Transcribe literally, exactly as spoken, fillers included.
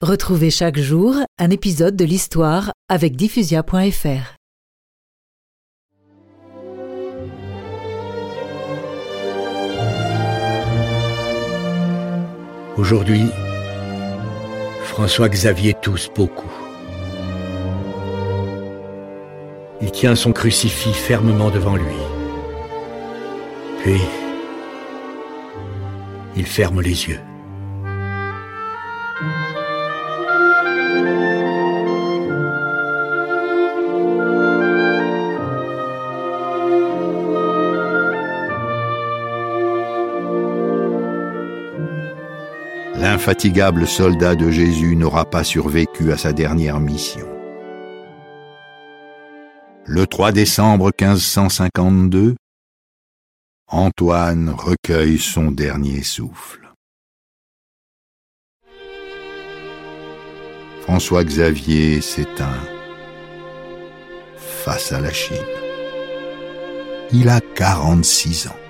Retrouvez chaque jour un épisode de l'histoire avec diffusia point f r. Aujourd'hui, François-Xavier tousse beaucoup. Il tient son crucifix fermement devant lui. Puis, il ferme les yeux. L'infatigable soldat de Jésus n'aura pas survécu à sa dernière mission. Le trois décembre quinze cent cinquante-deux, Antoine recueille son dernier souffle. François-Xavier s'éteint face à la Chine. Il a quarante-six ans.